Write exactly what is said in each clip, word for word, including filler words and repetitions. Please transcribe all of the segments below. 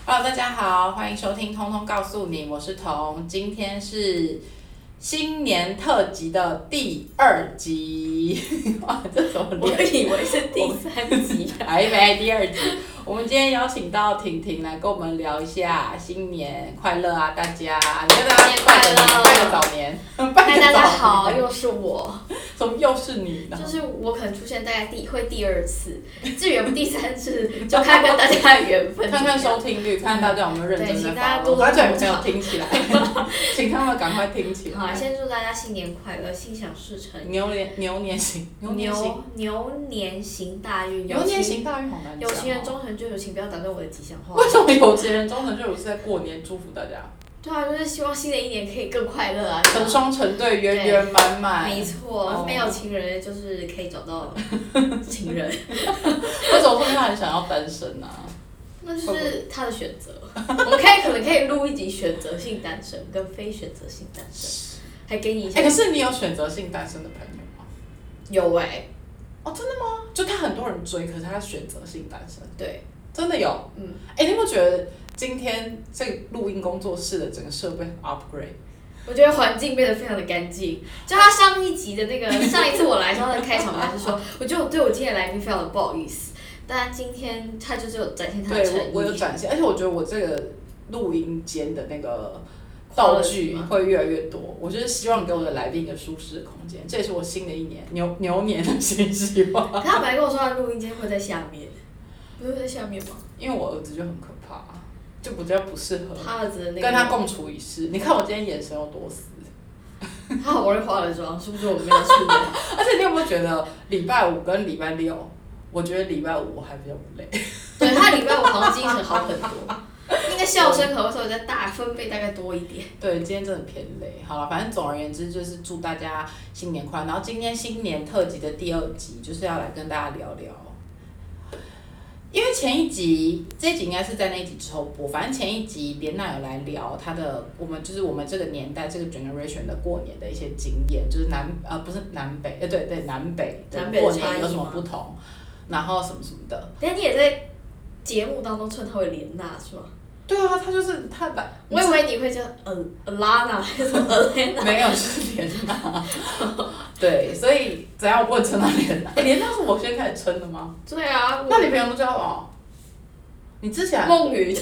Hello， 大家好，欢迎收听《通通告诉你》，我是彤，今天是新年特辑的第二集。哇，这怎么我以为是第三集， 还没第二集。我们今天邀请到婷婷来跟我们聊一下新年快乐啊，大家！你跟大家拜个年，拜个早年，拜个早年。 大家好，又是我。 怎么又是你呢？ 就是我可能出现大概第会第二次，至于有没有第三次，就看跟大家的缘分。 看看收听率，看大家有没有认真在对，请大发。 家多多把嘴没有听起来，请他们赶快听起来。 好，先祝大家新年快乐，心想事成。 牛年牛年行牛年行牛年行大运。 牛年行大运好难讲。 有情人终成眷属，请不要打断我的吉祥话。 为什么有情人终成眷属是在过年祝福大家？ 对啊，就是希望新的一年可以更快乐啊， 成双成对，圆圆满满。 没错，哦、没有情人就是可以找到情人。 为什么会他很想要单身啊？ 那就是他的选择。我们可以可能可以录一集选择性单身跟非选择性单身，还给你一下。 哎、欸，可是你有选择性单身的朋友吗？ 有哎、欸。 哦，真的吗？就他很多人追，可是他选择性单身。 对。 真的有。 嗯。 哎、欸，你有没有觉得？今天这个录音工作室的整个设备很 upgrade， 我觉得环境变得非常的干净。就他上一集的那个，上一次我来的时候，他的开场白是说，我觉得我对我今天的来宾非常的不好意思，但今天他就是有展现他的诚意。 对，我有展现，而且我觉得我这个录音间的那个道具会越来越多。我就是希望给我的来宾一个舒适的空间，这也是我新的一年牛牛年的新希望。 可他本来跟我说他录音间会在下面，不是会在下面吗？ 因为我儿子就很可怕。就比较不适合他儿子的那个跟他共处一室。你看我今天眼神有多死。 他好不容易化了妆，是不是我没有出门？ 而且你有没有觉得礼拜五跟礼拜六，我觉得礼拜五我还比较不累。 对，他礼拜五好像精神好很多，那个笑声可能稍微再大分贝大概多一点。 对，今天真的偏累。好了，反正总而言之就是祝大家新年快乐。然后今天新年特辑的第二集就是要来跟大家聊聊。因为前一集，这一集应该是在那一集之后播。反正前一集莲娜有来聊她的，我们就是我们这个年代这个 generation 的过年的一些经验，就是南呃不是南北，呃对对南北的过年有什么不同，然后什么什么的。 但你也在节目当中称她为莲娜是吗？ 对啊，她就是她的。 我以为你会叫呃 Alana 还是什么 Alana？ 没有，是莲娜。对，所以怎样我不能称她莲娜？哎，莲娜是我先开始称的吗？ 对啊。 那你平常都叫什么？你之前梦雨。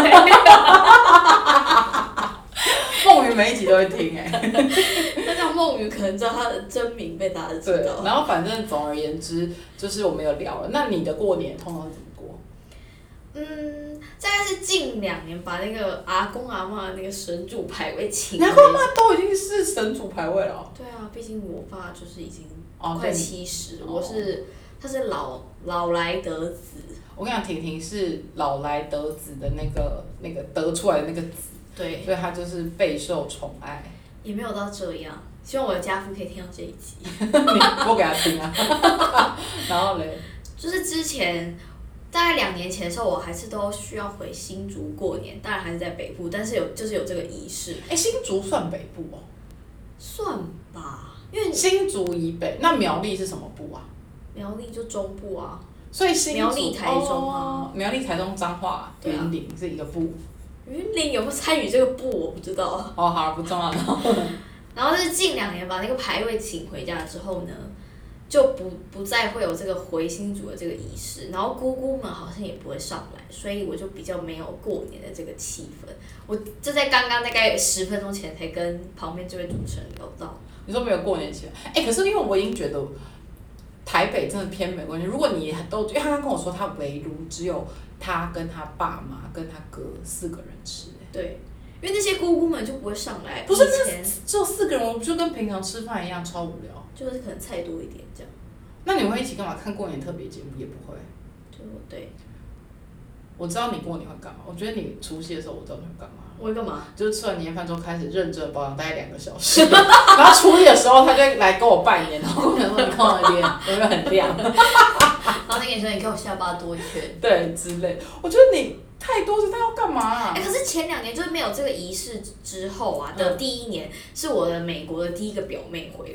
梦雨每一集都会听哎、欸。 那叫梦雨，可能知道她的真名被大家知道。 对，然后反正总而言之，就是我们有聊了。那你的过年通常怎么过？ 嗯，大概是近两年把那个阿公阿嬷的那个神主牌位请。 阿公阿嬷都已经是神主牌位了、哦。 对啊，毕竟我爸就是已经哦快七十、哦，我是他是老老来得子。 我跟你讲，婷婷是老来得子的那个那个得出来的那个子， 对， 所以她就是备受宠爱。 也没有到这样，希望我的家父可以听到这一集。 你播给他听啊。然后嘞， 就是之前。大概两年前的时候，我还是都需要回新竹过年，当然还是在北部，但是有就是有这个仪式。 哎、欸，新竹算北部哦？ 算吧，因为新竹以北，那苗栗是什么部啊？ 苗栗就中部啊。 所以新竹苗栗台中啊， 哦、苗栗台中彰化云林是一个部。 云林有没有参与这个部我不知道。 哦，好了，不重要了。 然后是近两年把那个牌位请回家之后呢？就不不再会有这个回新竹的这个仪式，然后姑姑们好像也不会上来，所以我就比较没有过年的这个气氛。我就在刚刚大概十分钟前才跟旁边这位主持人聊到。 你说没有过年气氛？哎、欸，可是因为我已经觉得台北真的偏没关系。如果你都，因为他刚跟我说他围炉只有他跟他爸妈跟他哥四个人吃、欸。 对，因为那些姑姑们就不会上来。 不是，那只有四个人，就跟平常吃饭一样，超无聊。 就是可能菜多一点这样。 那你们会一起干嘛？看过年特别节目也不会。 就对。 我知道你过年会干嘛。我觉得你除夕的时候，我知道你会干嘛。 我会干嘛？ 就是吃完年夜饭之后开始认真保养，大概两个小时。然后初一的时候，他就来跟我拜年，然后我想说你看我的脸有没有很亮？ 然后那个女生你看我下巴多一圈。 对，之类。我觉得你太多是他要干嘛、啊？ 哎、欸，可是前两年就是没有这个仪式之后啊的第一年，嗯、是我的美国的第一个表妹回来。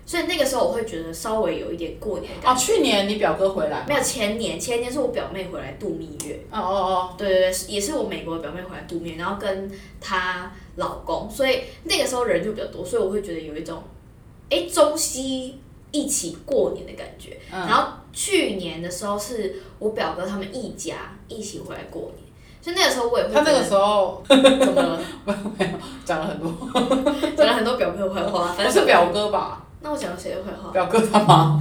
所以那个时候我会觉得稍微有一点过年的感觉。哦，去年你表哥回来？ 没有，前年，前年是我表妹回来度蜜月。 哦哦哦。 对对对，也是我美国的表妹回来度蜜月，然后跟她老公，所以那个时候人就比较多，所以我会觉得有一种，哎，中西一起过年的感觉。嗯、然后去年的时候是我表哥他们一家一起回来过年。所以那个时候我也会。 他那个时候怎么了？ 没有，讲了很多， 讲了很多表哥的坏话。 不是表哥吧？ 那我讲了谁的坏话？ 表哥他妈。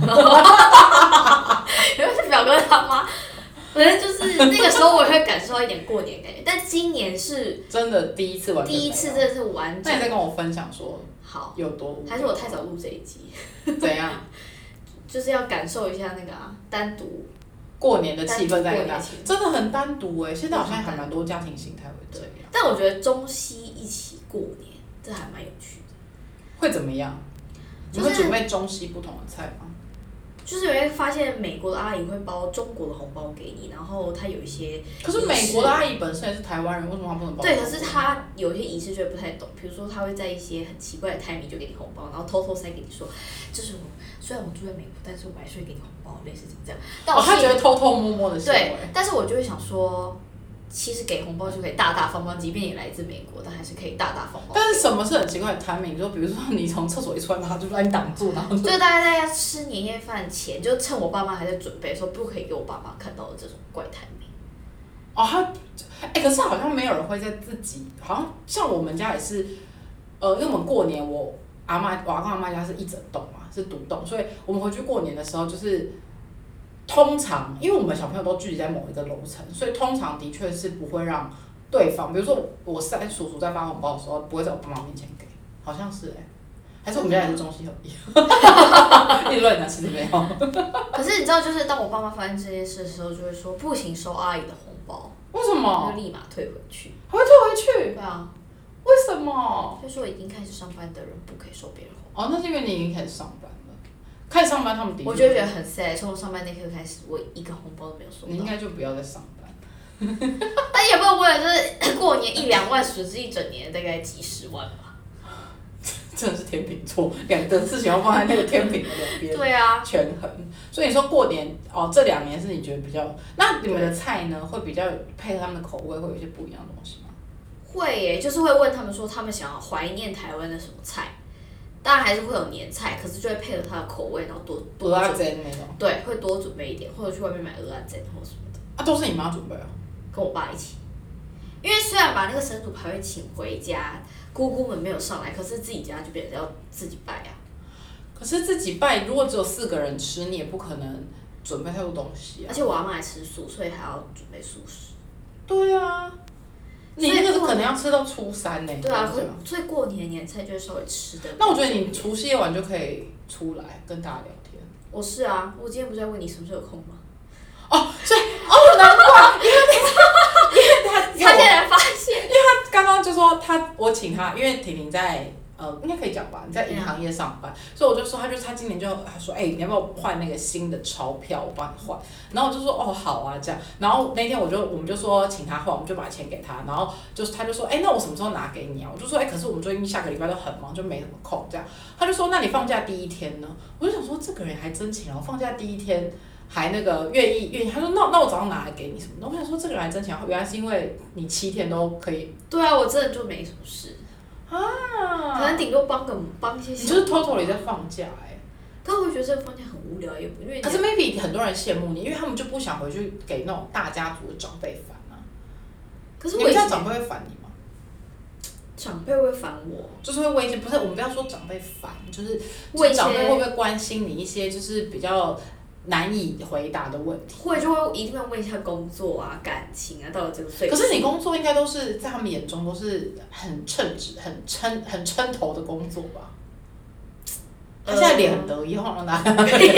原来是表哥他妈。反正就是那个时候，我也会感受到一点过年感觉。但今年是真的第一次完全。 第一次真的是完整。 那你再跟我分享说， 好有多？ 还是我太早录这一集？ 怎样？ 就是要感受一下那个啊，单独。 过年的气氛在那，真的很单独哎、欸。现在好像还蛮多家庭形态会这样。 但我觉得中西一起过年，这还蛮有趣的。 会怎么样？你会准备中西不同的菜吗？ 就是你会发现美国的阿姨会包中国的红包给你，然后她有一些。 可是美国的阿姨本身也是台湾人，为什么她不能包？ 对，可是她有一些仪式就不太懂，比如说她会在一些很奇怪的 timing 就给你红包，然后偷偷塞给你说，这是我虽然我住在美国，但是我还是会给你红包，类似这样。但我、 哦、他觉得偷偷摸摸的行为。 对，但是我就会想说。其实给红包就可以大大方方，即便你来自美国，但还是可以大大方方。 但是什么是很奇怪的 timing？ 就比如说你从厕所一出来，他就把你挡住，然后就大概在要吃年夜饭前，就趁我爸妈还在准备的时候，不可以给我爸妈看到的这种怪 timing。 哦，他，哎、欸，可是好像没有人会在自己，好像像我们家也是，呃，因为我们过年我阿嬷我阿公阿嬷家是一整栋嘛，是独栋，所以我们回去过年的时候就是。通常，因为我们小朋友都聚集在某一个楼层，所以通常的确是不会让对方，比如说我在叔叔在发红包的时候，不会在我爸妈面前给，好像是哎、欸，还是我们家也是中西合璧，一乱讲其实没有。 可是你知道，就是当我爸妈发现这件事的时候，就会说不行收阿姨的红包， 为什么？ 就立马退回去。 还会退回去？ 对啊。 为什么？ 就说已经开始上班的人不可以收别人红包。 哦，那是因为你已经开始上班。开始上班，他们的确我就觉得很 sad。从我上班那刻开始，我一个红包都没有收到。 你应该就不要再上班。 但也不能为了就是过年一两万损失一整年，大概几十万吧。 真的是天秤座，两个事情要放在那个天平的两边。 对啊。 权衡。所以你说过年哦，这两年是你觉得比较，那你们的菜呢，会比较配合他们的口味，会有一些不一样的东西吗？ 会耶，就是会问他们说他们想要怀念台湾的什么菜。当然还是会有年菜，可是就会配合它的口味，然后多多蚵仔煎那种。 对，会多准备一点，或者去外面买蚵仔煎或什么的。 啊，都是你妈准备啊？ 跟我爸一起。因为虽然把那个神主牌位请回家，姑姑们没有上来，可是自己家就变成要自己拜啊。 可是自己拜，如果只有四个人吃，你也不可能准备太多东西啊。 而且我阿嬷还吃素，所以还要准备素食。 对啊。你那个是可能要吃到初三呢、欸。 对啊，所以过年年菜就会稍微吃的。 那我觉得你除夕夜晚就可以出来跟大家聊天。 我是啊，我今天不是在问你什么时候有空吗？ 哦，所以哦，难怪，因为因为他他竟然发现， 因为他刚刚就说他我请他，因为婷婷在呃应该可以讲吧，你在银行业上班，所以我就说他就他今年就他说哎、欸、你要不要换那个新的钞票，我帮你换，然后我就说哦好啊这样，然后那天我就我们就说请他换，我们就把钱给他，然后就是他就说哎、欸、那我什么时候拿给你啊？我就说哎、欸、可是我们最近下个礼拜都很忙，就没什么空这样，他就说那你放假第一天呢？我就想说这个人还真勤劳，放假第一天。还那个愿意愿意，他说那那我早上拿来给你什么的，我想说这个人还真强，原来是因为你七天都可以。 对啊，我真的就没什么事啊，可能顶多帮个帮一些。 你就是 totally 在放假哎、欸， 但我会觉得这个放假很无聊，也不因为。 可是 maybe 很多人羡慕你，因为他们就不想回去给那种大家族的长辈烦啊。 可是我你们家长辈会烦你吗？ 长辈会烦我， 就是会问一些，不是我们不要说长辈烦，就是问长辈会不会关心你一些就是比较。难以回答的问题， 会就会一定要问一下工作啊、感情啊，到底这个岁数。 可是你工作应该都是在他们眼中都是很称职、很称、很称头的工作吧？他现在脸很得意，后让大家。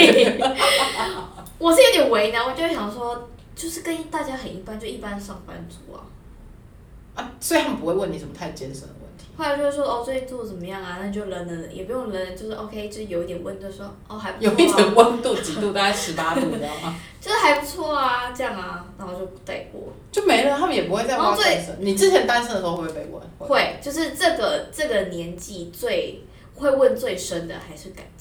我是有点为难，我就会想说，就是跟大家很一般，就一般上班族啊。 啊，所以他们不会问你什么太艰深的问题。 后来就会说哦，最近做的怎么样啊？那就冷冷，也不用冷，就是 OK， 就是有一点温度，说哦还不错、啊。 有一点温度，几度？大概十八度，你知道吗？ 就是还不错啊，这样啊，然后就带过。 就没了，他们也不会再挖单身。你之前单身的时候会不会被问？ 会，就是这个这个年纪最会问最深的还是感情。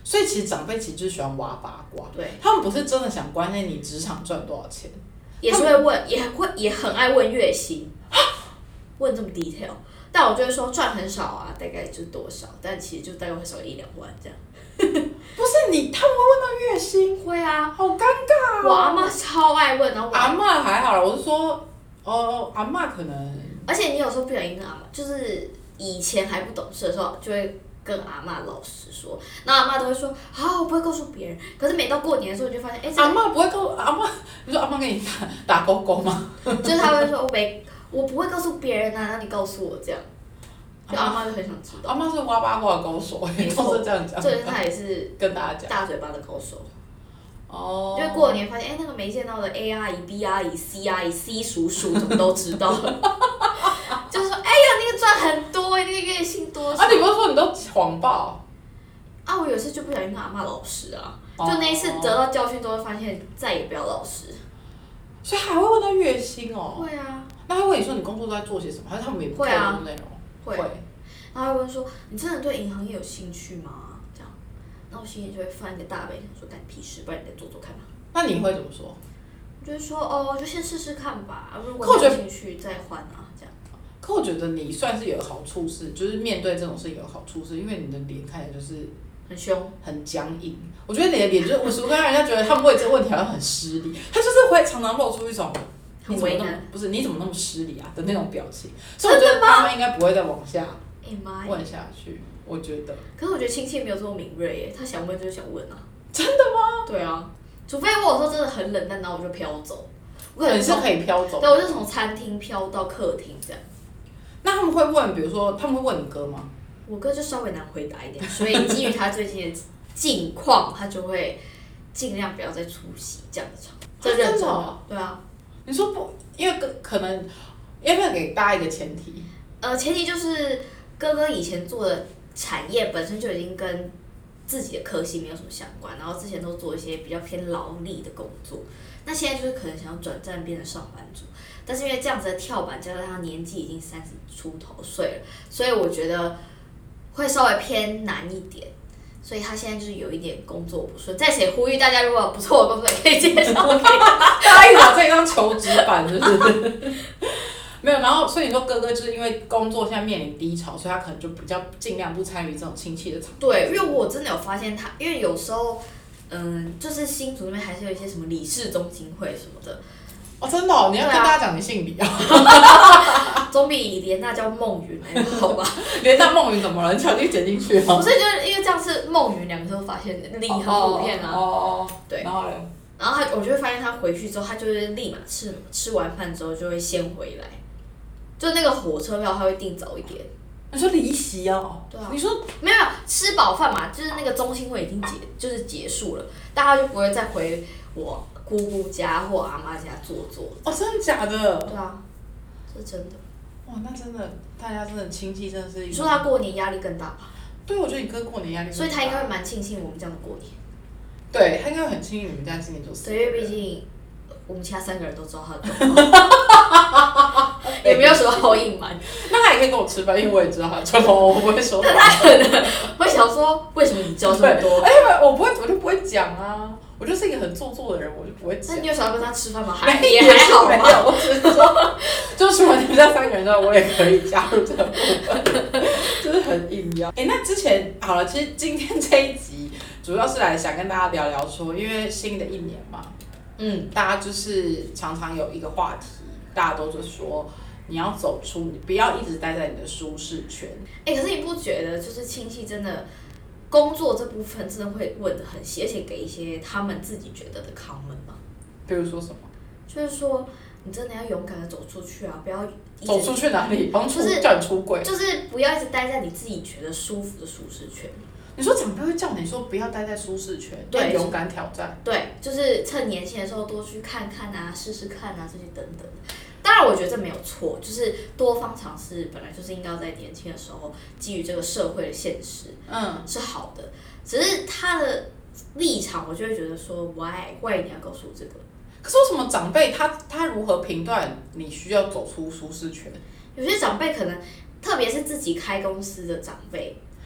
所以其实长辈其实就是喜欢挖八卦， 对， 他们不是真的想关心你职场赚多少钱， 也是会问，也会也很爱问月薪，问这么 detail。但我就会说赚很少啊，大概就多少，但其实就大概会少一两万这样。 不是你，他们会问到月薪？ 会啊， 好尴尬、哦。 我阿妈超爱问，然后我阿嬷还好啦，我是说，哦，阿嬷可能。 而且你有时候不小心跟阿嬷，就是以前还不懂事的时候，就会跟阿嬷老实说，然后阿嬷都会说好，我不会告诉别人。可是每到过年的时候，你就发现，哎、欸， 阿嬷不会告诉阿嬷，你说阿嬷给你打打勾勾吗？ 就是他会说，我没，我不会告诉别人啊，那你告诉我这样。就阿嬷就很想知道。 阿嬷是挖八卦的高手，都是这样讲。 这他也是跟大家讲大嘴巴的高手。 哦。 就过年发现，哎、欸，那个没见到的 A 阿姨、B 阿姨、C 阿姨、C 叔叔怎么都知道了。就是说，哎呀，那个赚很多，那个月薪多少？ 啊，你不是说你都谎报？ 啊，我有一次就不小心跟阿嬷老实啊，就那一次得到教训之后，发现再也不要老实。 所以还会问到月薪哦。 会啊。 那他问你说你工作都在做些什么，还是他们也不太懂内容？ 会。然后会问说：“你真的对银行业有兴趣吗？”这样，然后我心里就会翻一个大背，说：“干你屁事，不然你再做做看吧。” 那你会怎么说？ 我就会说：“哦，就先试试看吧，如果有兴趣再换啊。”这样。 可我觉得你算是有好处是，就是面对这种事情有好处是，因为你的脸看起来就是很凶、 很僵硬。我觉得你的脸就是，我时不时让人家觉得他们问这个问题好像很失礼，他就是会常常露出一种。 很为难， 不是你怎么那么失礼啊的那种表情，所以我觉得他们应该不会再往下问下去。我觉得。 可是我觉得亲戚没有这么敏锐耶，他想问就是想问啊。 真的吗？ 对啊，除非我有时候真的很冷淡，然后我就飘走。 我可能是可以飘走。 对，我就从餐厅飘到客厅这样。 那他们会问，比如说他们会问你哥吗？ 我哥就稍微难回答一点，所以基于他最近的境况，他就会尽量不要再出席这样的场。这认真的。对啊。 你说不，因为可能要不要给大家一个前提？ 呃，前提就是哥哥以前做的产业本身就已经跟自己的科系没有什么相关，然后之前都做一些比较偏劳力的工作，那现在就是可能想要转战变成上班族，但是因为这样子的跳板加上他年纪已经三十出头岁了，所以我觉得会稍微偏难一点。所以他现在就是有一点工作不顺，在此也呼吁大家，如果有不错的工作，也可以介绍给他。 大家一直把这张求职版，是不是？没有，然后所以你说哥哥就是因为工作现在面临低潮，所以他可能就比较尽量不参与这种亲戚的场合。 对，因为我真的有发现他，因为有时候，嗯，就是新竹那边还是有一些什么理事中心会什么的。 哦，真的、哦，你要跟大家讲你姓李啊。 总比连那叫孟云来好吧？ 连那孟云怎么了？你小弟剪进去吗？ 不是，就是因为这样是孟云两个都发现李很普遍啊。 哦哦。 对。 然后嘞？ 然后他，我就会发现他回去之后，他就是立马吃吃完饭之后就会先回来，就那个火车票他会订早一点。 你说离席哦？ 对啊。 你说没有吃饱饭嘛？就是那个中心会已经结，就是结束了，大家就不会再回我姑姑家或阿妈家坐坐。 哦，真的假的？ 对啊，这是真的。 哇，那真的，大家真的亲戚真的是。 你说他过年压力更大吧？ 对，我觉得你哥过年压力更大。 所以他应该会蛮庆幸我们这样的过年。 对，他应该会很庆幸你们家今年就是。 对，因为毕竟我们其他三个人都知道他的状况，也没有什么好隐瞒。 那他也可以跟我吃饭，因为我也知道他的状况，我不会说。 那他可能会想说，为什么你知道这么多？ 哎，我不会，我就不会讲啊。我就是一个很做作的人，我就不会讲。 那你有想要跟他吃饭吗？还也还好没有，我只是说，就除了你们家三个人之外，我也可以加入这个部分，就是很硬要。哎、欸，那之前好了，其实今天这一集主要是来想跟大家聊聊说，因为新的一年嘛，嗯，大家就是常常有一个话题，大家都是说你要走出，你不要一直待在你的舒适圈。 哎、欸，可是你不觉得就是亲戚真的？工作这部分真的会问得很细，而且给一些他们自己觉得的 comment 吗？ 比如说什么？ 就是说，你真的要勇敢的走出去啊！不要走出去哪里？帮出叫你出轨？ 就是不要一直待在你自己觉得舒服的舒适圈。 你说长辈会叫你说不要待在舒适圈，对，勇敢挑战。 对，就是趁年轻的时候多去看看啊，试试看啊，这些等等的。当然，我觉得这没有错，就是多方尝试，本来就是应该要在年轻的时候，基于这个社会的现实，嗯，是好的。只是他的立场，我就会觉得说 ，why why 你要告诉我这个？ 可是为什么长辈他他如何评断你需要走出舒适圈？ 有些长辈可能，特别是自己开公司的长辈，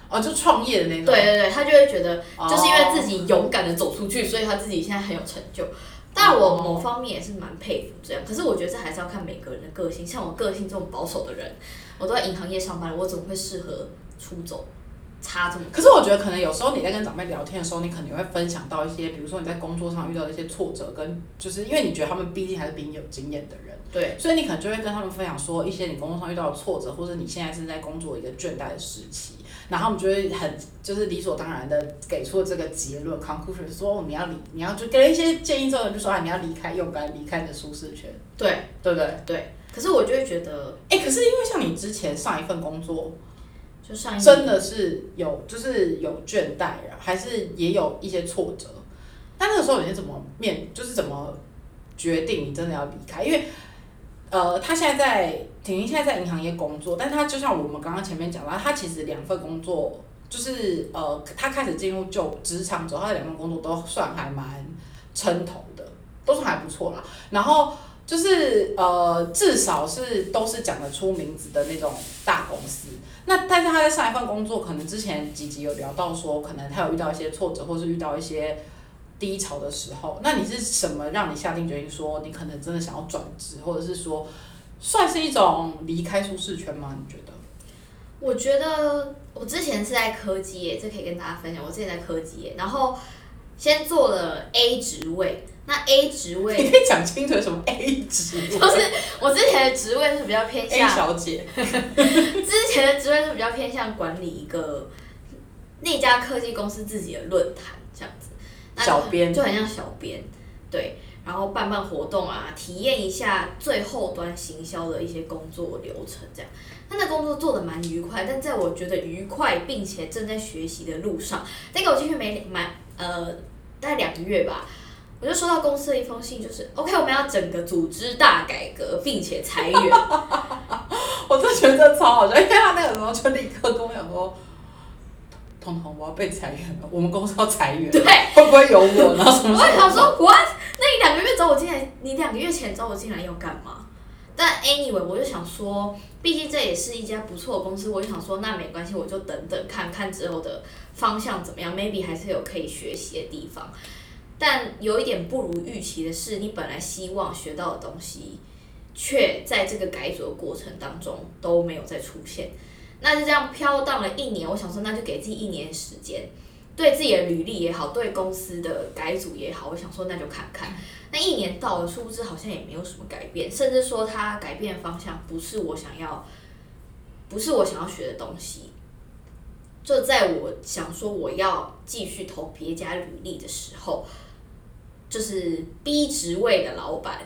哦，就创业的那种。 对对对，他就会觉得就是因为自己勇敢的走出去，所以他自己现在很有成就。但我某方面也是蛮佩服这样，可是我觉得这还是要看每个人的个性。像我个性这种保守的人，我都在银行业上班了，我怎么会适合出走？差这么多。 可是我觉得可能有时候你在跟长辈聊天的时候，你可能会分享到一些，比如说你在工作上遇到的一些挫折，跟就是因为你觉得他们毕竟还是比你有经验的人， 对， 所以你可能就会跟他们分享说一些你工作上遇到的挫折，或者你现在是在工作一个倦怠的时期，然后他们就会很就是理所当然的给出这个结论 conclusion 说、哦、你要离你要就给了一些建议之后，就说啊你要离开，勇敢离开你的舒适圈， 对对不对？ 对。可是我就会觉得， 哎、欸，可是因为像你之前上一份工作。 就上一真的是有，就是有倦怠啊，还是也有一些挫折。但那个时候你是怎么面，就是怎么决定你真的要离开？因为，呃，他现在在婷婷现在在银行业工作，但他就像我们刚刚前面讲到，他其实两份工作，就是呃，他开始进入就职场之后，他的两份工作都算还蛮撑头的，都算还不错啦。然后。就是呃，至少是都是讲得出名字的那种大公司。那但是他在上一份工作，可能之前几集有聊到说，可能他有遇到一些挫折，或是遇到一些低潮的时候。那你是什么让你下定决定说，你可能真的想要转职，或者是说，算是一种离开舒适圈吗？你觉得？ 我觉得我之前是在科技业，这可以跟大家分享。我之前在科技业，然后先做了 A 职位。那 A 职位， 你可以讲清楚什么 A 职位？ 就是我之前的职位是比较偏向 A 小姐， 之前的职位是比较偏向管理一个那家科技公司自己的论坛这样子， 小编就很像小编，对，然后办办活动啊，体验一下最后端行销的一些工作流程这样。他那工作做的蛮愉快，但在我觉得愉快并且正在学习的路上，大概我进去没蛮呃大概两个月吧。我就收到公司的一封信，就是 OK， 我们要整个组织大改革，并且裁员。 我真的觉得这超好笑，因为他那个时候就立刻跟我讲说：“彤彤，我要被裁员了，我们公司要裁员， 对， 会不会有我？”然后什么什么？ 我想说 ，What？ 那你两个月找我进来，你两个月前找我进来要干嘛？但 anyway， 我就想说，毕竟这也是一家不错的公司，我就想说，那没关系，我就等等看看之后的方向怎么样 ，maybe 还是有可以学习的地方。但有一点不如预期的是，你本来希望学到的东西，却在这个改组的过程当中都没有再出现。那就这样飘荡了一年，我想说，那就给自己一年时间，对自己的履历也好，对公司的改组也好，我想说那就看看。那一年到了，殊不知好像也没有什么改变，甚至说它改变的方向不是我想要，不是我想要学的东西。就在我想说我要继续投别家履历的时候。就是 B 职位的老板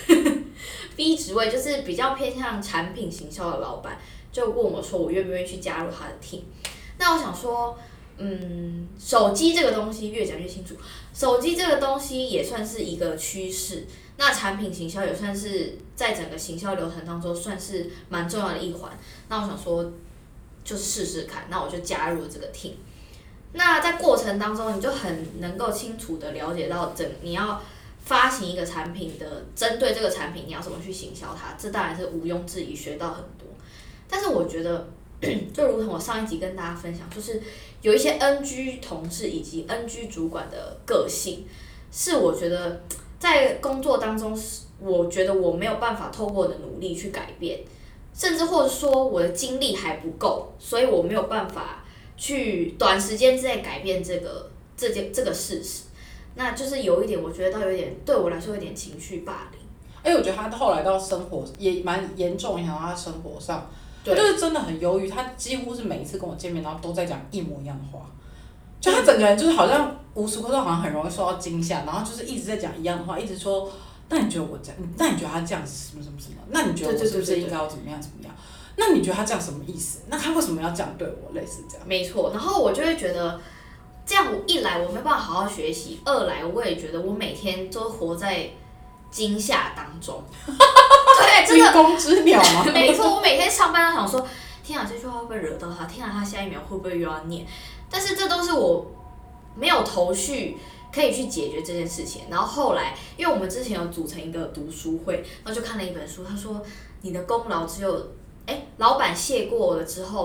，B 职位就是比较偏向产品行销的老板，就问我说我愿不愿意去加入他的 team。那我想说，嗯，手机这个东西越讲越清楚，手机这个东西也算是一个趋势，那产品行销也算是在整个行销流程当中算是蛮重要的一环。那我想说，就是试试看，那我就加入了这个 team。那在过程当中，你就很能够清楚的了解到整你要发行一个产品的，针对这个产品你要怎么去行销它，这当然是毋庸置疑学到很多。但是我觉得，就如同我上一集跟大家分享，就是有一些 N G 同事以及 N G 主管的个性，是我觉得在工作当中，我觉得我没有办法透过我的努力去改变，甚至或者说我的精力还不够，所以我没有办法。去短时间之内改变这个这件这个事实，那就是有一点，我觉得到有点对我来说有点情绪霸凌。 哎、欸，我觉得他后来到生活也蛮严重影响到他生活上，他就是真的很忧郁，他几乎是每一次跟我见面，然后都在讲一模一样的话，就他整个人就是好像无时无刻都好像很容易受到惊吓，然后就是一直在讲一样的话，一直说，那你觉得我这样，那你觉得他这样是什么什么什么？那你觉得我是不是应该要怎么样怎么样？那你觉得他这样什么意思？那他为什么要这样对我？类似这样。 没错，然后我就会觉得，这样一来我没办法好好学习，二来我也觉得我每天都活在惊吓当中。对，真的。 惊弓之鸟吗？ 没错，我每天上班都想说，天啊，这句话会不会惹到他？天啊，他下一秒会不会又要念？但是这都是我没有头绪可以去解决这件事情。然后后来，因为我们之前有组成一个读书会，然后就看了一本书，他说你的功劳只有。哎，老板谢过了之后，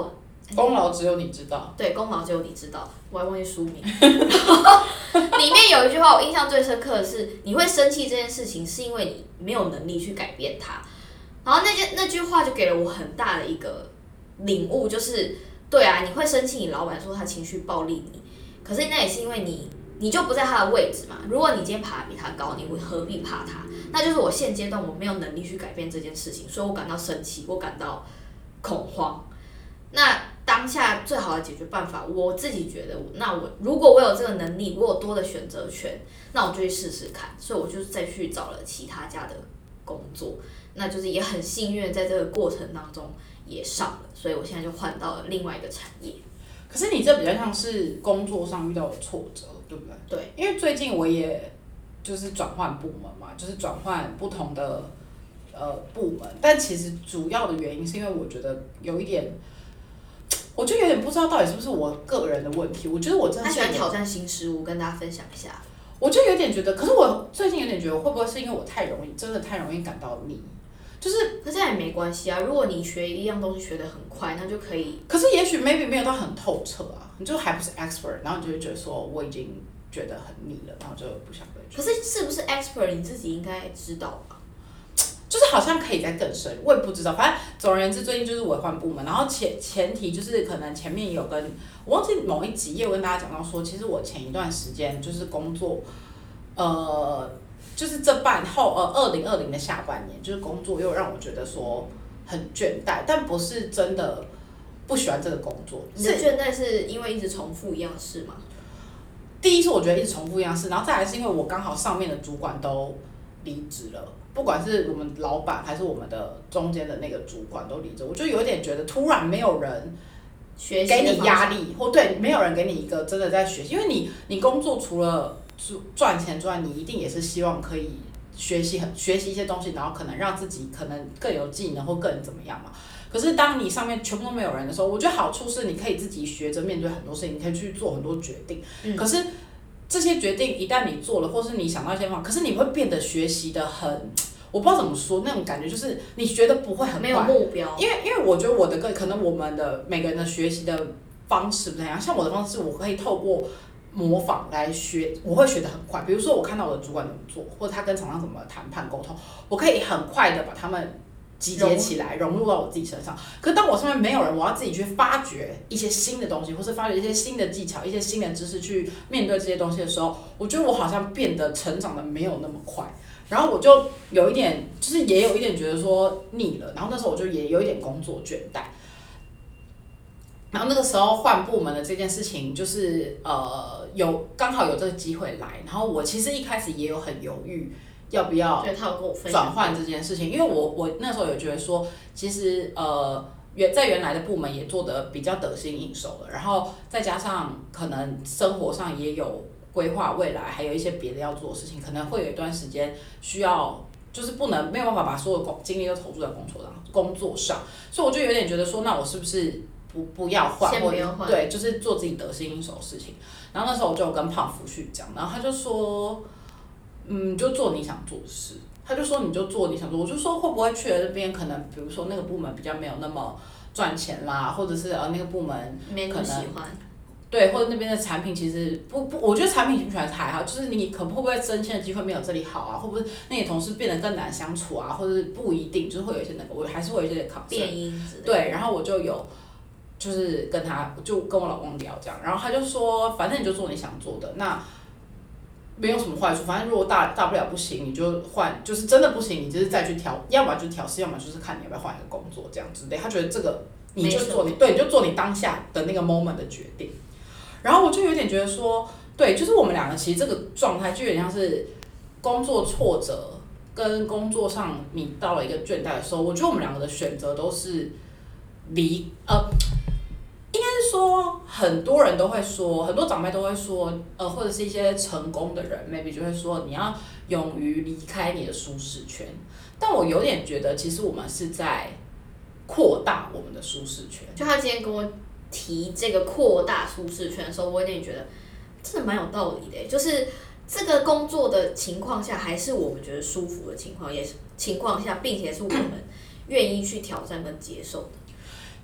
功劳只有你知道。 对，功劳只有你知道，我还忘记书名。里面有一句话我印象最深刻的是，你会生气这件事情是因为你没有能力去改变它。然后那件那句话就给了我很大的一个领悟，就是对啊，你会生气，你老板说他情绪暴力你，可是那也是因为你你就不在他的位置嘛。如果你今天爬得比他高，你何必怕他？那就是我现阶段我没有能力去改变这件事情，所以我感到生气，我感到恐慌。那当下最好的解决办法，我自己觉得，那我如果我有这个能力，我有多的选择权，那我就去试试看。所以我就再去找了其他家的工作，那就是也很幸运，在这个过程当中也上了，所以我现在就换到了另外一个产业。 可是你这比较像是工作上遇到的挫折，对不对？ 对， 因为最近我也就是转换部门嘛，就是转换不同的呃部门，但其实主要的原因是因为我觉得有一点。我就有点不知道到底是不是我个人的问题，我觉得我真的他喜欢挑战新事物，跟大家分享一下。 我就有点觉得，可是我最近有点觉得，会不会是因为我太容易，真的太容易感到腻？就是， 可是也没关系啊，如果你学一样东西学得很快，那就可以。 可是也许 maybe 没有到很透彻啊，你就还不是 expert， 然后你就会觉得说我已经觉得很腻了，然后就不想再去。 可是是不是 expert 你自己应该知道吧？ 就是好像可以再更深，我也不知道。反正总而言之，最近就是我换部门，然后前前提就是可能前面有跟我忘记某一集也有跟大家讲到说，其实我前一段时间就是工作，呃，就是这半后呃二零二零的下半年，就是工作又让我觉得说很倦怠，但不是真的不喜欢这个工作。 你的倦怠是因为一直重复一样的事吗？ 第一是我觉得一直重复一样事，然后再来是因为我刚好上面的主管都离职了。不管是我们老板还是我们的中间的那个主管都离职，我就有点觉得突然没有人给你压力，或对，没有人给你一个真的在学习，因为你你工作除了赚钱之外，你一定也是希望可以学习很学习一些东西，然后可能让自己可能更有技能或更怎么样嘛。可是当你上面全部都没有人的时候，我觉得好处是你可以自己学着面对很多事情，你可以去做很多决定。嗯、可是这些决定一旦你做了，或是你想到一些方法，可是你会变得学习的很，我不知道怎么说，那种感觉就是你学的不会很快， 没有目标。 因为因为我觉得我的个可能我们的每个人的学习的方式不太一样，像我的方式，我可以透过模仿来学，我会学得很快。比如说我看到我的主管怎么做，或者他跟厂商怎么谈判沟通，我可以很快的把他们集结起来，融入到我自己身上。可是当我身边没有人，我要自己去发掘一些新的东西，或是发掘一些新的技巧、一些新的知识去面对这些东西的时候，我觉得我好像变得成长的没有那么快。然后我就有一点，就是也有一点觉得说腻了。然后那时候我就也有一点工作倦怠。然后那个时候换部门的这件事情，就是呃有刚好有这个机会来。然后我其实一开始也有很犹豫。要不要转换这件事情？因为我我那时候有觉得说，其实呃原在原来的部门也做得比较得心应手了，然后再加上可能生活上也有规划未来，还有一些别的要做的事情，可能会有一段时间需要，就是不能没有办法把所有工精力都投注在工作上工作上，所以我就有点觉得说，那我是不是不不要换，或者对，就是做自己得心应手的事情。然后那时候我就有跟胖福旭讲，然后他就说。嗯，就做你想做的事。他就说你就做你想做，我就说会不会去了那边可能，比如说那个部门比较没有那么赚钱啦，或者是呃那个部门没那么喜欢， 对，或者那边的产品其实不不，我觉得产品喜不喜欢还好，就是你可会不会升迁的机会没有这里好啊，会不会那你同事变得更难相处啊，或者是不一定，就是会有一些那个，我还是会有一些考变因之类的。 对，然后我就有就是跟他就跟我老公聊这样，然后他就说反正你就做你想做的那。没有什么坏处，反正如果大大不了不行，你就换，就是真的不行，你就是再去调，要么就调试，要么就是看你要不要换一个工作这样之类。他觉得这个你就做你对，你就做你当下的那个 moment 的决定。然后我就有点觉得说，对，就是我们两个其实这个状态就有点像是工作挫折跟工作上你到了一个倦怠的时候，我觉得我们两个的选择都是离呃。应该是说，很多人都会说，很多长辈都会说，呃，或者是一些成功的人 ，maybe 就会说，你要勇于离开你的舒适圈。但我有点觉得，其实我们是在扩大我们的舒适圈。 就他今天跟我提这个扩大舒适圈的时候，我有点觉得真的蛮有道理的，就是这个工作的情况下，还是我们觉得舒服的情况，也是情况下，并且是我们愿意去挑战跟接受的。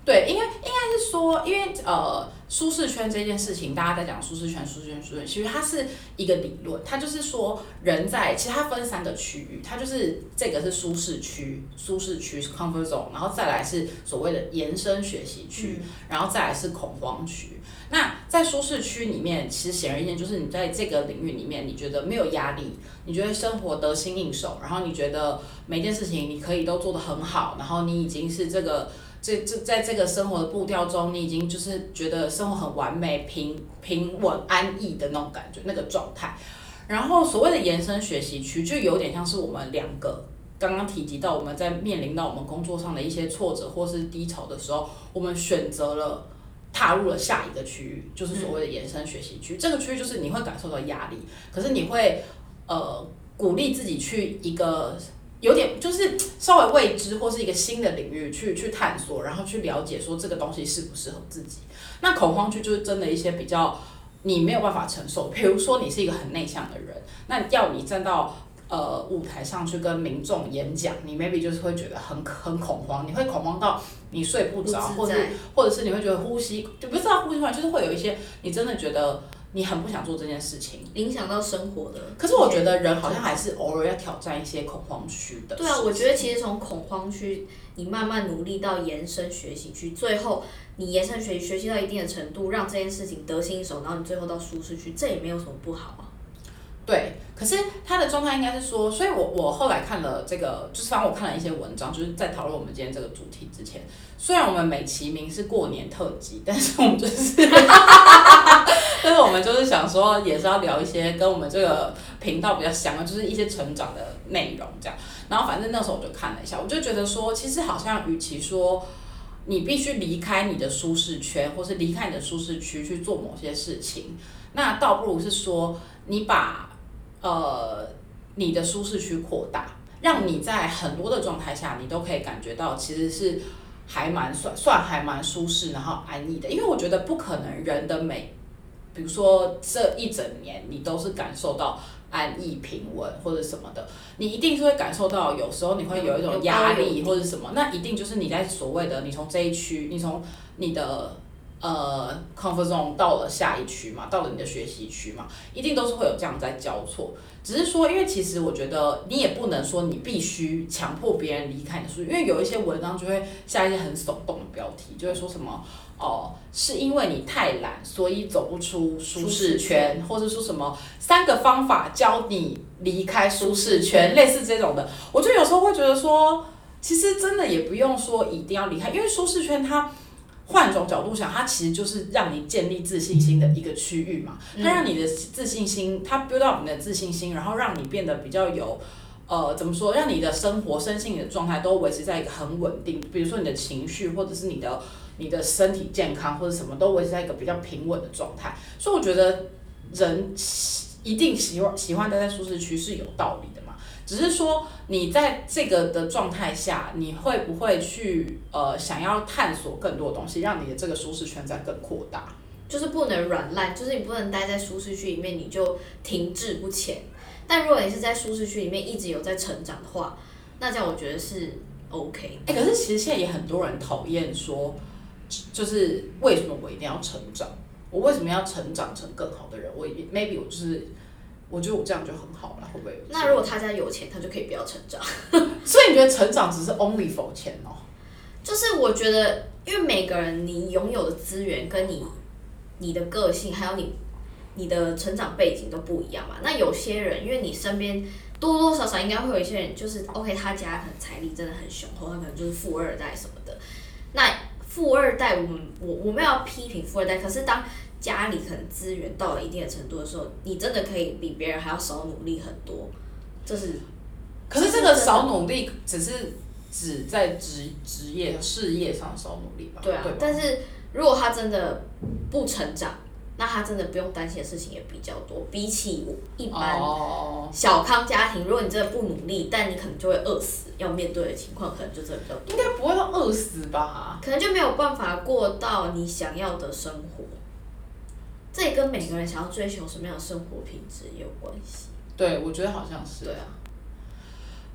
对，因为应该是说，因为呃，舒适圈这件事情，大家在讲舒适圈、舒适圈、舒适圈，其实它是一个理论，它就是说人在，其实它分三个区域，它就是这个是舒适区，舒适区 comfort zone， 然后再来是所谓的延伸学习区，嗯、然后再来是恐慌区。那在舒适区里面，其实显而易见，就是你在这个领域里面，你觉得没有压力，你觉得生活得心应手，然后你觉得每件事情你可以都做得很好，然后你已经是这个。这这在这个生活的步调中，你已经就是觉得生活很完美、平平稳、安逸的那种感觉，那个状态。然后所谓的延伸学习区，就有点像是我们两个刚刚提及到，我们在面临到我们工作上的一些挫折或是低潮的时候，我们选择了踏入了下一个区域，就是所谓的延伸学习区。嗯、这个区域就是你会感受到压力，可是你会呃鼓励自己去一个。有点就是稍微未知或是一个新的领域去去探索，然后去了解说这个东西适不适合自己。那恐慌区就是真的一些比较你没有办法承受，比如说你是一个很内向的人，那要你站到呃舞台上去跟民众演讲，你 maybe 就是会觉得很很恐慌，你会恐慌到你睡不着，或者或者是你会觉得呼吸就不知道呼吸出来，就是会有一些你真的觉得。你很不想做这件事情， 影响到生活的。 可是我觉得人好像还是偶尔要挑战一些恐慌区的。 对啊，我觉得其实从恐慌区，你慢慢努力到延伸学习区，最后你延伸学习学习到一定的程度，让这件事情得心应手，然后你最后到舒适区，这也没有什么不好啊。 对，可是他的状态应该是说，所以我我后来看了这个，就是反正我看了一些文章，就是在讨论我们今天这个主题之前，虽然我们美其名是过年特辑，但是我们就是，但是我们就是想说，也是要聊一些跟我们这个频道比较相关，就是一些成长的内容这样。然后反正那时候我就看了一下，我就觉得说，其实好像与其说你必须离开你的舒适圈，或是离开你的舒适区去做某些事情，那倒不如是说你把呃，你的舒适区扩大，让你在很多的状态下，你都可以感觉到其实是还蛮算算还蛮舒适，然后安逸的。因为我觉得不可能人的每，比如说这一整年你都是感受到安逸平稳或者什么的，你一定是会感受到有时候你会有一种压力或者什么，那一定就是你在所谓的你从这一区，你从你的。呃 comfort zone 到了下一区嘛，到了你的学习区嘛，一定都是会有这样在交错。只是说，因为其实我觉得你也不能说你必须强迫别人离开你的舒适，因为有一些文章就会下一些很耸动的标题，就会说什么哦，是因为你太懒，所以走不出舒适圈，或者说什么三个方法教你离开舒适圈，类似这种的。我就有时候会觉得说，其实真的也不用说一定要离开，因为舒适圈它。换种角度想，它其实就是让你建立自信心的一个区域嘛。它让你的自信心，它 build up 你的自信心，然后让你变得比较有，呃，怎么说？让你的生活、身心的状态都维持在一个很稳定。比如说你的情绪，或者是你的你的身体健康，或者什么都维持在一个比较平稳的状态。所以我觉得人一定喜欢喜欢待在舒适区是有道理的嘛。只是说你在这个的状态下，你会不会去呃想要探索更多的东西，让你的这个舒适圈再更扩大？ 就是不能软烂，就是你不能待在舒适区里面你就停滞不前。但如果你是在舒适区里面一直有在成长的话，那这样我觉得是 OK。 哎、欸，可是其实现在也很多人讨厌说，就是为什么我一定要成长？我为什么要成长成更好的人？我 maybe 我就是。我觉得我这样就很好了，会不会？ 那如果他家有钱，他就可以不要成长。 所以你觉得成长只是 only for 钱哦？ 就是我觉得，因为每个人你拥有的资源跟你你的个性，还有你你的成长背景都不一样嘛。那有些人，因为你身边多多少少应该会有一些人，就是 OK， 他家可能财力真的很雄厚，他可能就是富二代什么的。那富二代，我们我我们要批评富二代，可是当家里可能资源到了一定的程度的时候，你真的可以比别人还要少努力很多，这是。 可是这个少努力只是指在职职业事业上少努力吧？ 对啊，对吧？但是如果他真的不成长，那他真的不用担心的事情也比较多。比起一般小康家庭，如果你真的不努力，但你可能就会饿死，要面对的情况可能就真的比较多。 应该不会到饿死吧？ 可能就没有办法过到你想要的生活。这也跟每个人想要追求什么样的生活品质也有关系。 对，我觉得好像是。 对啊。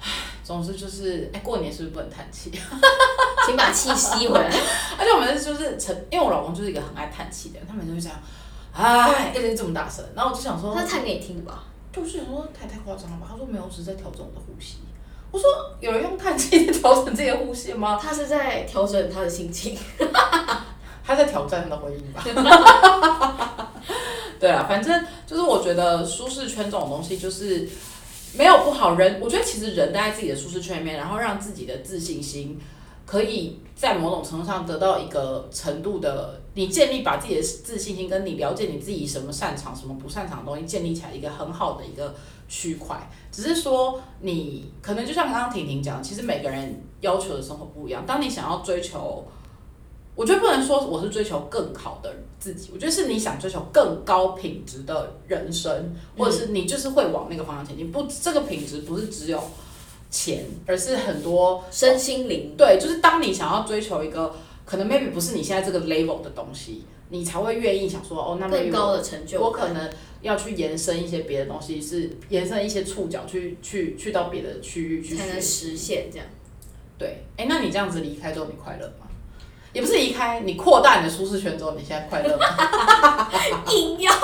总之就是，哎、欸，过年是不是不能叹气？ 请把气吸回来。 而且我们就是成，因为我老公就是一个很爱叹气的人，他每次就这样，哎，一直这么大声，然后我就想说， 他叹给你听的吧？ 就是想说太太夸张了吧？他说没有，我只是在调整我的呼吸。我说有人用叹气在调整自己的呼吸吗？ 他是在调整他的心情， 他在挑战他的婚姻吧。对啊，反正就是我觉得舒适圈这种东西就是没有不好，人我觉得其实人待在自己的舒适圈里面，然后让自己的自信心可以在某种程度上得到一个程度的，你建立把自己的自信心跟你了解你自己什么擅长什么不擅长的东西建立起来一个很好的一个区块。只是说你可能就像刚刚婷婷讲，其实每个人要求的生活不一样。当你想要追求，我觉得不能说我是追求更好的自己，我觉得是你想追求更高品质的人生，或者是你就是会往那个方向前进。不，这个品质不是只有钱，而是很多身心灵。 对，就是当你想要追求一个可能 maybe 不是你现在这个 level 的东西，你才会愿意想说哦，那 maybe 更高的成就感， 我可能要去延伸一些别的东西，是延伸一些触角去去去到别的区域去才能实现这样。 对，哎，那你这样子离开之后，你快乐吗？也不是离开，你扩大你的舒适圈之后，你现在快乐吗？ 硬要。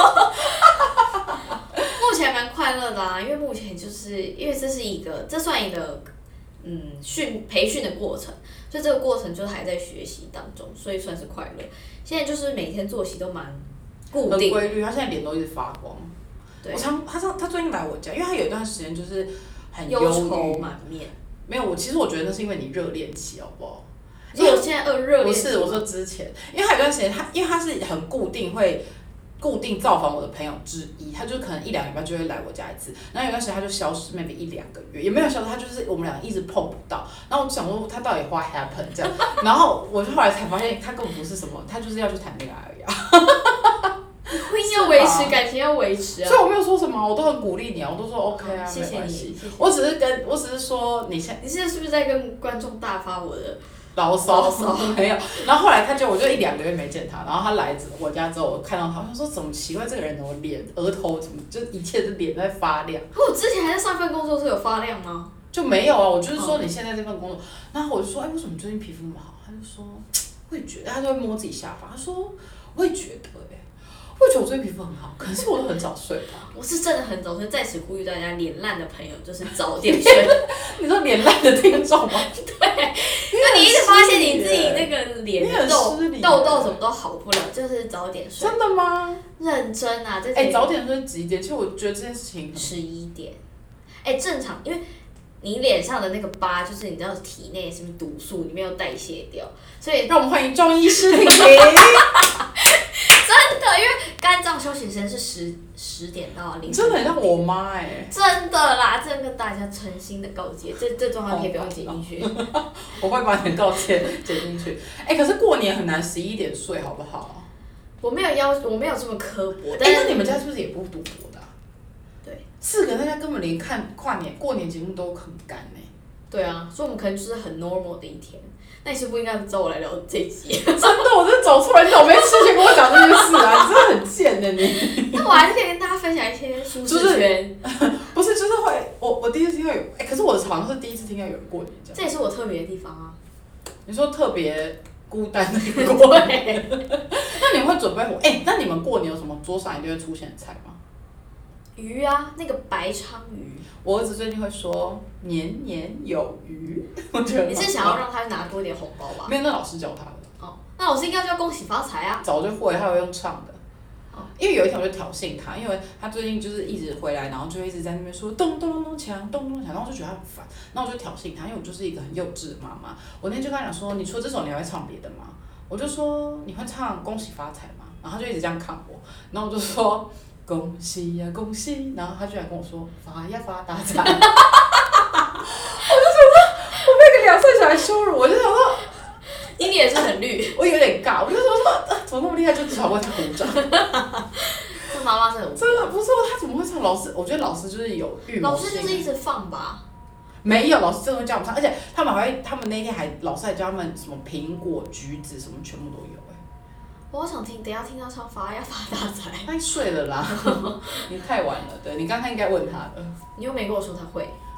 目前蛮快乐的啊，因为目前就是因为这是一个，这算一个嗯训培训的过程，所以这个过程就还在学习当中，所以算是快乐。现在就是每天作息都蛮固定， 很规律。他现在脸都一直发光。 对， 我常他他最近来我家，因为他有一段时间就是很忧愁满面。 没有，我其实我觉得那是因为你热恋期，好不好？ 因为我现在二热恋期。 不是，我说之前，因为他有段时间，他因为他是很固定会。固定造访我的朋友之一，他就可能一两个礼拜就会来我家一次，然后有段时间他就消失 maybe 一两个月，也没有消失，他就是我们俩一直碰不到，然后我就想说他到底 what happened 这样，然后我就后来才发现他根本不是什么，他就是要去谈恋爱而已啊。 婚姻要维持，感情要维持啊。 所以我没有说什么，我都很鼓励你啊，我都说 OK 啊， 谢谢你， 谢谢。我只是跟我只是说你现你现在是不是在跟观众大发我的？ 牢骚没有，然后后来他就我就一两个月没见他，然后他来我家之后，我看到他，我想说怎么奇怪，这个人怎么脸额头怎么就一切的脸在发亮。 可我之前还在上份工作是有发亮吗？ 就没有啊，我就是说你现在这份工作，然后我就说，哎，为什么最近皮肤那么好？他就说，我也觉得，他就会摸自己下巴，他说，我也觉得、欸，哎。我也觉得我最近皮肤很好，可是我都很早睡吧。 我是真的很早睡，在此呼吁大家，脸烂的朋友就是早点睡。 你说脸烂的听众吗？ 对，因为你一直发现你自己那个脸痘痘痘什么都好不了，就是早点睡。 真的吗？ 认真啊，这哎、欸，早点睡几点？其实我觉得这件事情十一点，哎、欸，正常，因为你脸上的那个疤，就是你知道体内是不是毒素，你没有代谢掉，所以让我们欢迎中医师婷婷。 真的，因为肝脏休息时间是十十点到凌晨。 真的很像我妈哎、欸。 真的啦，这跟大家诚心的告诫，这这状况可以不用剪进去。 我会把你的告诫剪进去。哎、欸，可是过年很难十一点睡，好不好？ 我没有要，我没有这么刻薄。 但是、欸、那你们家是不是也不赌博的、啊？ 对。四个大家根本连看跨年过年节目都很干哎、欸。 对啊，所以我们可能就是很 normal 的一天。那你是不是应该找我来聊这一集？ 真的，我真的走错人，你怎么没事先跟我讲这件事啊？你真的很贱的你。 那我还是可以跟大家分享一些舒适圈。 不是，就是会，我我第一次听到有，哎、欸，可是我好像是第一次听到有人过年这样。 这也是我特别的地方啊。 你说特别孤单的一个过年。那你们会准备火？哎、欸，那你们过年有什么桌上一定会出现的菜吗？ 鱼啊，那个白鲳鱼。 我儿子最近会说年年有余，我觉得。 你是想要让他拿多一点红包吧？ 没有，那老师教他的。 哦，那老师应该就要恭喜发财啊。 早就会，他会用唱的。哦。因为有一天我就挑衅他，因为他最近就是一直回来，然后就一直在那边说咚咚咚咚锵，咚咚锵，然后我就觉得他很烦，然后我就挑衅他，因为我就是一个很幼稚的妈妈。我那天就跟他讲说，你除了这首你还会唱别的吗？我就说你会唱恭喜发财吗？然后他就一直这样看我，然后我就说。恭喜呀、啊、恭喜，然后他居然跟我说发呀发大财，我就想说，我被个两岁小孩羞辱，我就想说， 你脸是很绿， 我有点尬，我就说说、呃、怎么那么厉害，就只好为他鼓掌。 这妈妈是很真的不是他怎么会唱？老师，我觉得老师就是有预谋性。 老师就是一直放吧。 没有，老师真的会叫我们唱，而且他们还会，他们那天还老师还教他们什么苹果、橘子什么全部都有。 我好想听，等一下听到唱发呀发大财。 太睡了啦，你太晚了。对，你刚才应该问他的。 你又没跟我说他会。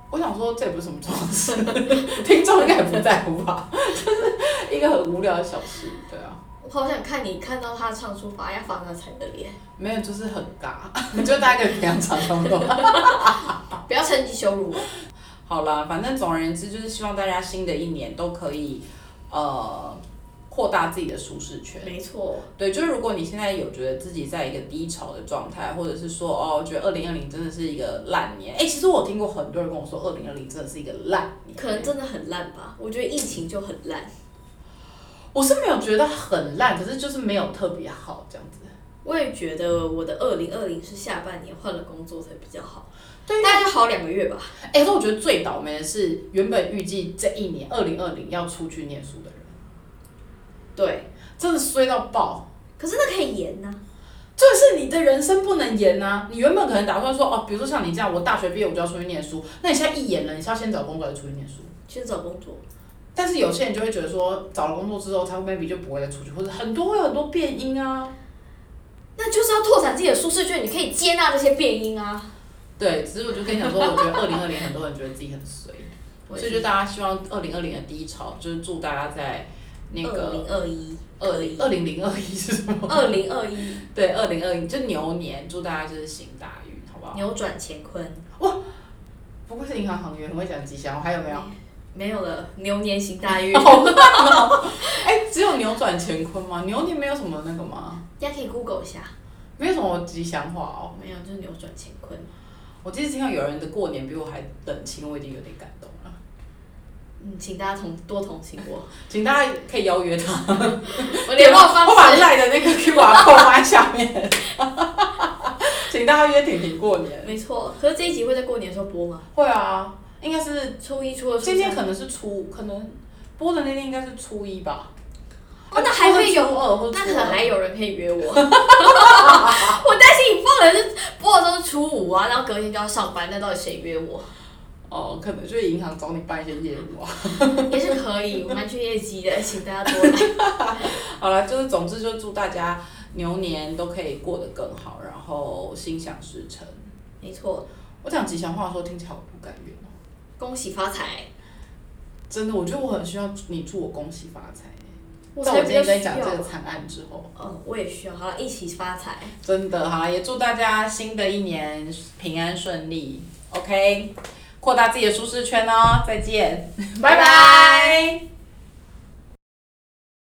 我想说这也不是什么重要的事，听众应该也不在乎吧，就是一个很无聊的小事，对啊。 我好想看你看到他唱出发呀发那才的脸。 没有，就是很尬，就大家可以培养长动作。 不要趁机羞辱我。 好啦，反正总而言之，就是希望大家新的一年都可以，呃，扩大自己的舒适圈。 没错。 对，就是如果你现在有觉得自己在一个低潮的状态，或者是说哦，觉得二零二零真的是一个烂年，哎、欸，其实我听过很多人跟我说，二零二零真的是一个烂年。 可能真的很烂吧，我觉得疫情就很烂。 我是没有觉得很烂，可是就是没有特别好这样子。 我也觉得我的二零二零是下半年换了工作才比较好， 对， 大概好两个月吧。 哎、欸，可是我觉得最倒霉的是，原本预计这一年二零二零要出去念书的人， 对， 真的衰到爆。 可是那可以延呐、啊。 就是你的人生不能延啊！你原本可能打算说哦，比如说像你这样，我大学毕业我就要出去念书，那你现在一延了，你是要先找工作还是出去念书？ 先找工作。 但是有些人就会觉得说，找了工作之后，他 maybe 就不会再出去，或者很多会有很多变因啊。 那就是要拓展自己的舒适圈，你可以接纳这些变因啊。 对，只是我就跟你讲说，我觉得二零二零很多人觉得自己很衰，所以就大家希望二零二零的低潮，就是祝大家在那个二零二一， 二零二零零二一是什么？ 二零二一， 对，二零二一就牛年，祝大家就是行大运，好不好？ 扭转乾坤。 哇，不愧是银行行员，很会讲吉祥话，还有没有？ 没有了，牛年行大运。 好烂哦！哎，只有扭转乾坤吗？牛年没有什么那个吗？ 大家可以 Google 一下。 没有什么吉祥话哦。 没有，就是扭转乾坤。 我第一次听到有人的过年比我还冷清，我已经有点感动了。 嗯，请大家同多同情我， 请大家可以邀约他。 我联络方式， 我把赖的那个 Q R code 放在下面。请大家约婷婷过年。 没错，可是这一集会在过年的时候播吗？ 会啊，应该是初一、初二、初三。 今天可能是初，可能播的那天应该是初一吧。 哦，那还会有，那可能还有人可以约我。我担心你放的是播的都是初五啊，然后隔天就要上班，那到底谁约我？ 哦，可能就是银行找你办一些业务啊。 也是可以，我蛮缺业绩的，请大家多来。 好了，就是总之就祝大家牛年都可以过得更好，然后心想事成。 没错。 我讲吉祥话的时候听起来好不甘愿哦。 恭喜发财。 真的，我觉得我很需要你祝我恭喜发财。 我在我今天在讲这个惨案之后， 嗯，我也需要。好了，一起发财。 真的，好了，也祝大家新的一年平安顺利。OK， 扩大自己的舒适圈哦。再见，拜拜。